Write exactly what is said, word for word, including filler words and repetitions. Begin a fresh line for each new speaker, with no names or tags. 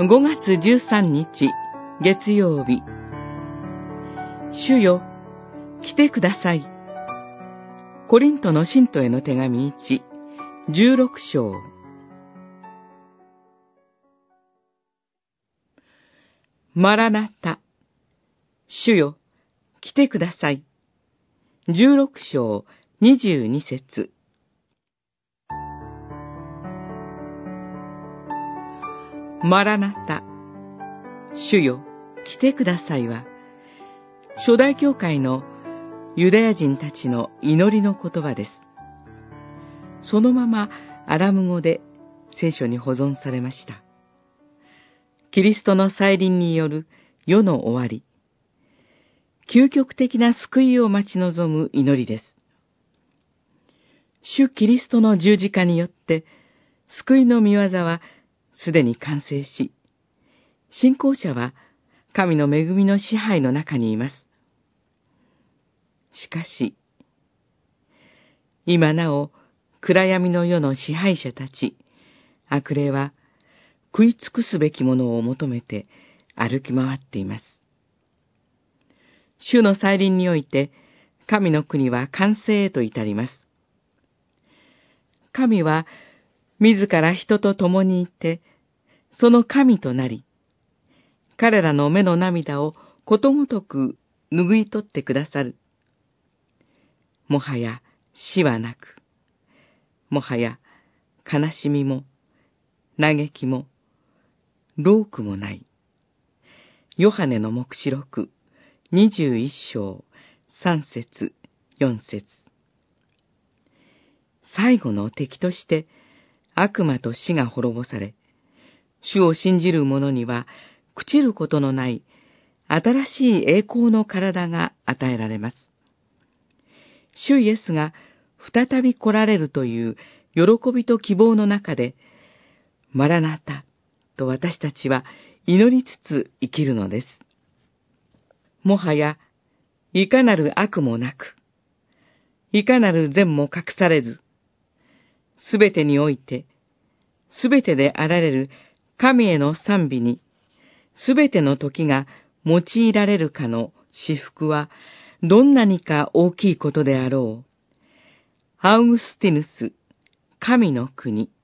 ごがつじゅうさんにち月曜日。主よ、来てください。コリントの信徒への手紙いち、じゅうろくしょう。マラナタ、主よ、来てください。じゅうろくしょうにじゅうにせつ。マラナタ、主よ、来てくださいは、初代教会のユダヤ人たちの祈りの言葉です。そのままアラム語で聖書に保存されました。キリストの再臨による世の終わり、究極的な救いを待ち望む祈りです。主キリストの十字架によって救いの御業はすでに完成し、信仰者は神の恵みの支配の中にいます。しかし、今なお暗闇の世の支配者たち、悪霊は食い尽くすべきものを求めて歩き回っています。主の再臨において、神の国は完成へと至ります。神は自ら人と共にいて、その神となり、彼らの目の涙をことごとく拭い取ってくださる。もはや死はなく、もはや悲しみも、嘆きも、労苦もない。ヨハネの黙示録、にじゅういっしょう、さんせつ、よんせつ。最後の敵として、悪魔と死が滅ぼされ、主を信じる者には、朽ちることのない、新しい栄光の体が与えられます。主イエスが再び来られるという喜びと希望の中で、マラナタと私たちは祈りつつ生きるのです。もはや、いかなる悪もなく、いかなる善も隠されず、すべてにおいて、すべてであられる神への賛美に、すべての時が用いられるかの至福は、どんなにか大きいことであろう。アウグスティヌス、神の国。